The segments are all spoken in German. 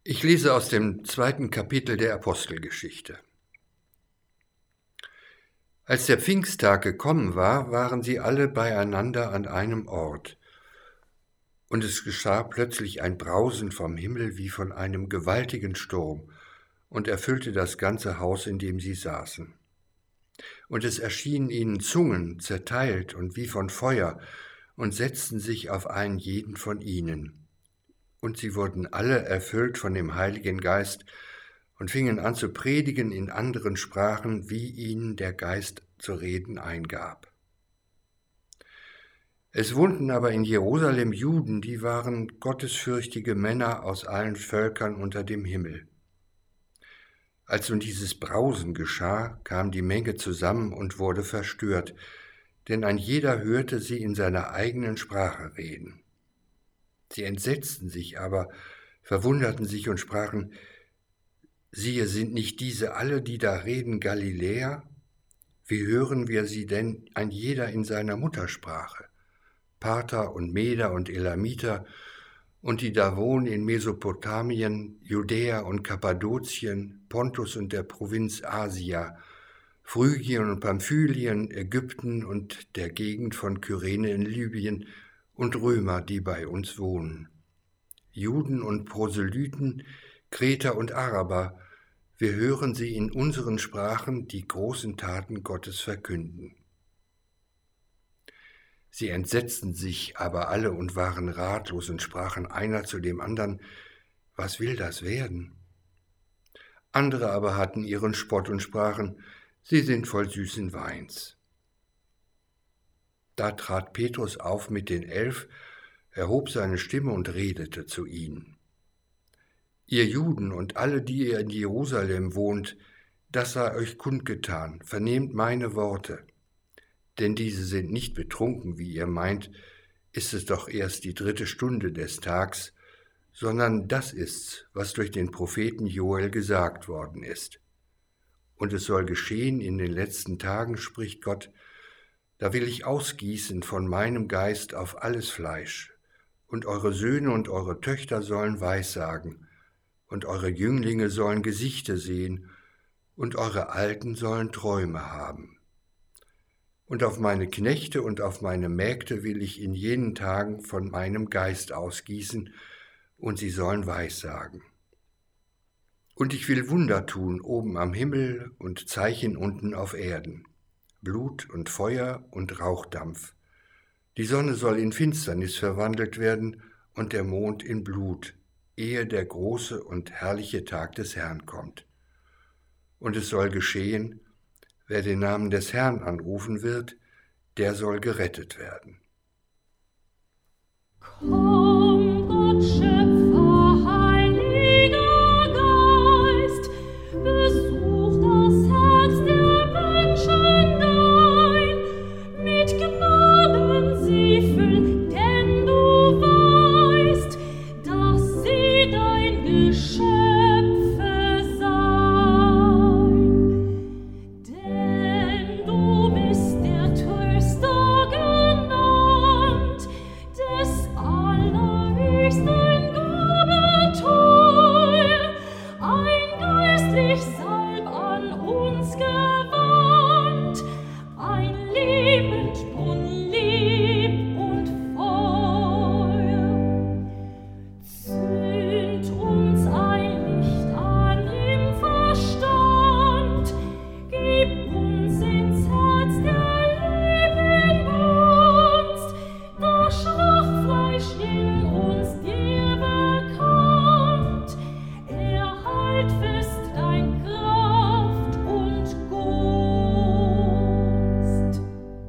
Ich lese aus dem 2. Kapitel der Apostelgeschichte. Als der Pfingsttag gekommen war, waren sie alle beieinander an einem Ort. Und es geschah plötzlich ein Brausen vom Himmel wie von einem gewaltigen Sturm und erfüllte das ganze Haus, in dem sie saßen. Und es erschienen ihnen Zungen, zerteilt und wie von Feuer, und setzten sich auf einen jeden von ihnen. Und sie wurden alle erfüllt von dem Heiligen Geist und fingen an zu predigen in anderen Sprachen, wie ihnen der Geist zu reden eingab. Es wohnten aber in Jerusalem Juden, die waren gottesfürchtige Männer aus allen Völkern unter dem Himmel. Als nun dieses Brausen geschah, kam die Menge zusammen und wurde verstört, denn ein jeder hörte sie in seiner eigenen Sprache reden. Sie entsetzten sich aber, verwunderten sich und sprachen: Siehe, sind nicht diese alle, die da reden, Galiläer? Wie hören wir sie denn ein jeder in seiner Muttersprache? Parther und Meder und Elamiter und die da wohnen in Mesopotamien, Judäa und Kappadokien, Pontus und der Provinz Asia, Phrygien und Pamphylien, Ägypten und der Gegend von Kyrene in Libyen und Römer, die bei uns wohnen. Juden und Proselyten, Kreter und Araber, wir hören sie in unseren Sprachen die großen Taten Gottes verkünden. Sie entsetzten sich aber alle und waren ratlos und sprachen einer zu dem anderen: Was will das werden? Andere aber hatten ihren Spott und sprachen: Sie sind voll süßen Weins. Da trat Petrus auf mit den 11, erhob seine Stimme und redete zu ihnen: Ihr Juden und alle, die ihr in Jerusalem wohnt, das sei euch kundgetan, vernehmt meine Worte. Denn diese sind nicht betrunken, wie ihr meint, ist es doch erst die 3. Stunde des Tags, sondern das ist's, was durch den Propheten Joel gesagt worden ist. Und es soll geschehen in den letzten Tagen, spricht Gott, da will ich ausgießen von meinem Geist auf alles Fleisch, und eure Söhne und eure Töchter sollen Weissagen, und eure Jünglinge sollen Gesichter sehen, und eure Alten sollen Träume haben. Und auf meine Knechte und auf meine Mägde will ich in jenen Tagen von meinem Geist ausgießen, und sie sollen Weissagen. Und ich will Wunder tun oben am Himmel und Zeichen unten auf Erden, Blut und Feuer und Rauchdampf. Die Sonne soll in Finsternis verwandelt werden und der Mond in Blut, ehe der große und herrliche Tag des Herrn kommt. Und es soll geschehen, wer den Namen des Herrn anrufen wird, der soll gerettet werden. Komm, Gott, Schöpfer, Heiliger Geist, besuch das Herz der Menschen dein, mit Gnaden sie füll, denn du weißt, dass sie dein Geschöpfe sein. Denn du bist der Tröster genannt, des Allerhöchsten Gabeteil, ein geistlich Salb an uns gewandt, ein Lebensbrunnen lieb und Feuer. Zünd uns ein Licht an im Verstand, gib uns ins Herz der Leben brannst, das Schwachfleisch in uns dir bekannt, erhalt fest dein Kraft und Gunst.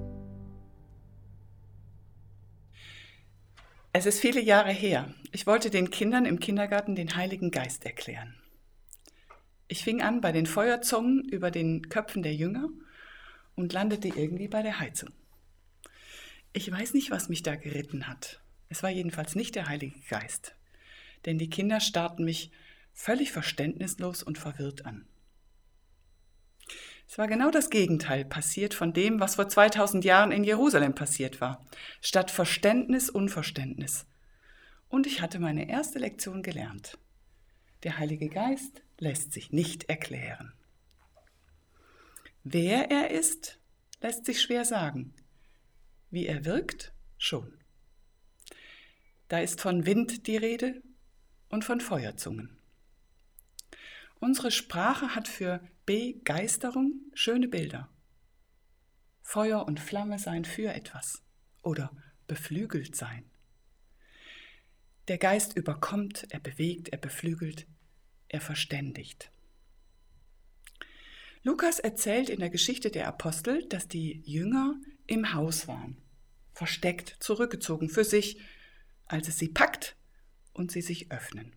Es ist viele Jahre her. Ich wollte den Kindern im Kindergarten den Heiligen Geist erklären. Ich fing an bei den Feuerzungen über den Köpfen der Jünger und landete irgendwie bei der Heizung. Ich weiß nicht, was mich da geritten hat. Es war jedenfalls nicht der Heilige Geist, denn die Kinder starrten mich völlig verständnislos und verwirrt an. Es war genau das Gegenteil passiert von dem, was vor 2000 Jahren in Jerusalem passiert war. Statt Verständnis, Unverständnis. Und ich hatte meine erste Lektion gelernt. Der Heilige Geist lässt sich nicht erklären. Wer er ist, lässt sich schwer sagen. Wie er wirkt, schon. Da ist von Wind die Rede und von Feuerzungen. Unsere Sprache hat für Begeisterung schöne Bilder. Feuer und Flamme sein für etwas oder beflügelt sein. Der Geist überkommt, er bewegt, er beflügelt, er verständigt. Lukas erzählt in der Geschichte der Apostel, dass die Jünger im Haus waren, versteckt, zurückgezogen für sich, als es sie packt und sie sich öffnen.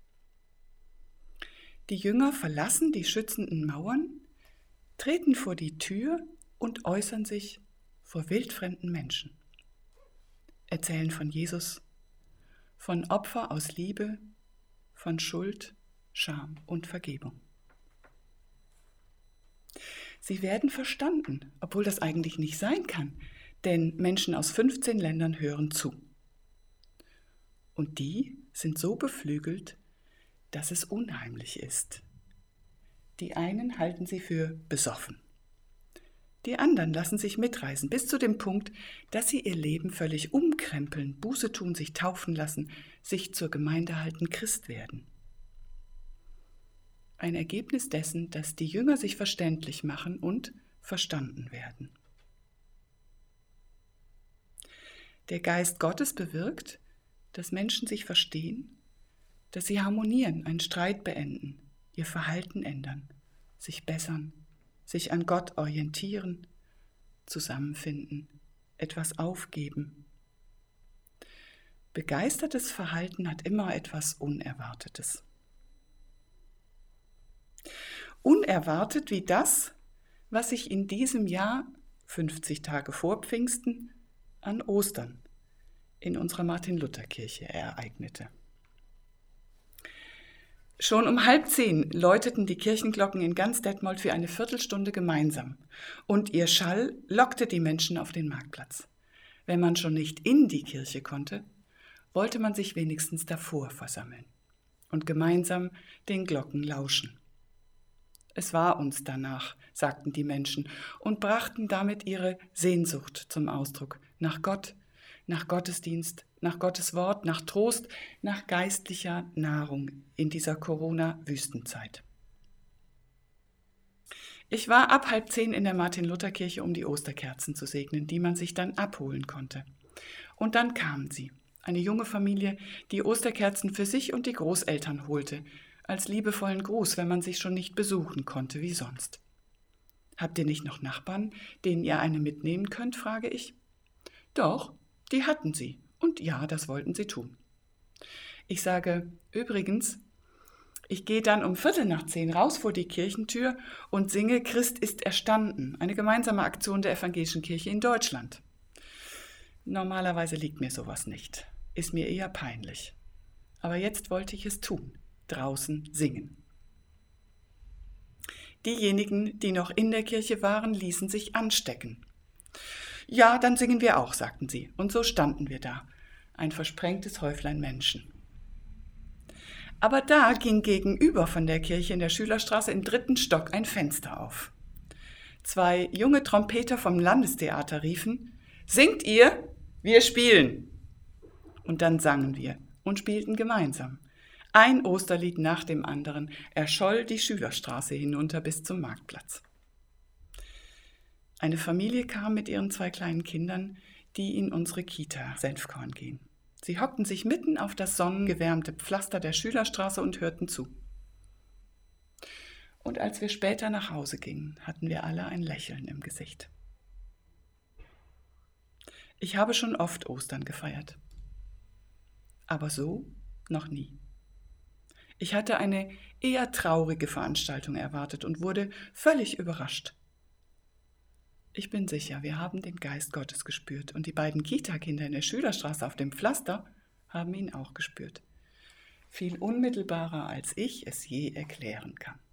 Die Jünger verlassen die schützenden Mauern, treten vor die Tür und äußern sich vor wildfremden Menschen. Erzählen von Jesus, von Opfer aus Liebe, von Schuld, Scham und Vergebung. Sie werden verstanden, obwohl das eigentlich nicht sein kann, denn Menschen aus 15 Ländern hören zu. Und die sind so beflügelt, dass es unheimlich ist. Die einen halten sie für besoffen. Die anderen lassen sich mitreißen, bis zu dem Punkt, dass sie ihr Leben völlig umkrempeln, Buße tun, sich taufen lassen, sich zur Gemeinde halten, Christ werden. Ein Ergebnis dessen, dass die Jünger sich verständlich machen und verstanden werden. Der Geist Gottes bewirkt, dass Menschen sich verstehen, dass sie harmonieren, einen Streit beenden, ihr Verhalten ändern, sich bessern, sich an Gott orientieren, zusammenfinden, etwas aufgeben. Begeistertes Verhalten hat immer etwas Unerwartetes. Unerwartet wie das, was sich in diesem Jahr, 50 Tage vor Pfingsten, an Ostern in unserer Martin-Luther-Kirche ereignete. Schon um 9:30 läuteten die Kirchenglocken in ganz Detmold für eine Viertelstunde gemeinsam und ihr Schall lockte die Menschen auf den Marktplatz. Wenn man schon nicht in die Kirche konnte, wollte man sich wenigstens davor versammeln und gemeinsam den Glocken lauschen. Es war uns danach, sagten die Menschen und brachten damit ihre Sehnsucht zum Ausdruck nach Gott, nach Gottesdienst, nach Gottes Wort, nach Trost, nach geistlicher Nahrung in dieser Corona-Wüstenzeit. Ich war ab 9:30 in der Martin-Luther-Kirche, um die Osterkerzen zu segnen, die man sich dann abholen konnte. Und dann kamen sie, eine junge Familie, die Osterkerzen für sich und die Großeltern holte, als liebevollen Gruß, wenn man sich schon nicht besuchen konnte wie sonst. Habt ihr nicht noch Nachbarn, denen ihr eine mitnehmen könnt, frage ich. Doch, die hatten sie. Und ja, das wollten sie tun. Ich sage, übrigens, ich gehe dann um 9:15 raus vor die Kirchentür und singe Christ ist erstanden, eine gemeinsame Aktion der Evangelischen Kirche in Deutschland. Normalerweise liegt mir sowas nicht, ist mir eher peinlich. Aber jetzt wollte ich es tun, draußen singen. Diejenigen, die noch in der Kirche waren, ließen sich anstecken. Ja, dann singen wir auch, sagten sie. Und so standen wir da, ein versprengtes Häuflein Menschen. Aber da ging gegenüber von der Kirche in der Schülerstraße im 3. Stock ein Fenster auf. 2 junge Trompeter vom Landestheater riefen, »Singt ihr? Wir spielen!« Und dann sangen wir und spielten gemeinsam. Ein Osterlied nach dem anderen erscholl die Schülerstraße hinunter bis zum Marktplatz. Eine Familie kam mit ihren 2 kleinen Kindern, die in unsere Kita Senfkorn gehen. Sie hockten sich mitten auf das sonnengewärmte Pflaster der Schülerstraße und hörten zu. Und als wir später nach Hause gingen, hatten wir alle ein Lächeln im Gesicht. Ich habe schon oft Ostern gefeiert, aber so noch nie. Ich hatte eine eher traurige Veranstaltung erwartet und wurde völlig überrascht. Ich bin sicher, wir haben den Geist Gottes gespürt und die beiden Kita-Kinder in der Schülerstraße auf dem Pflaster haben ihn auch gespürt. Viel unmittelbarer, als ich es je erklären kann.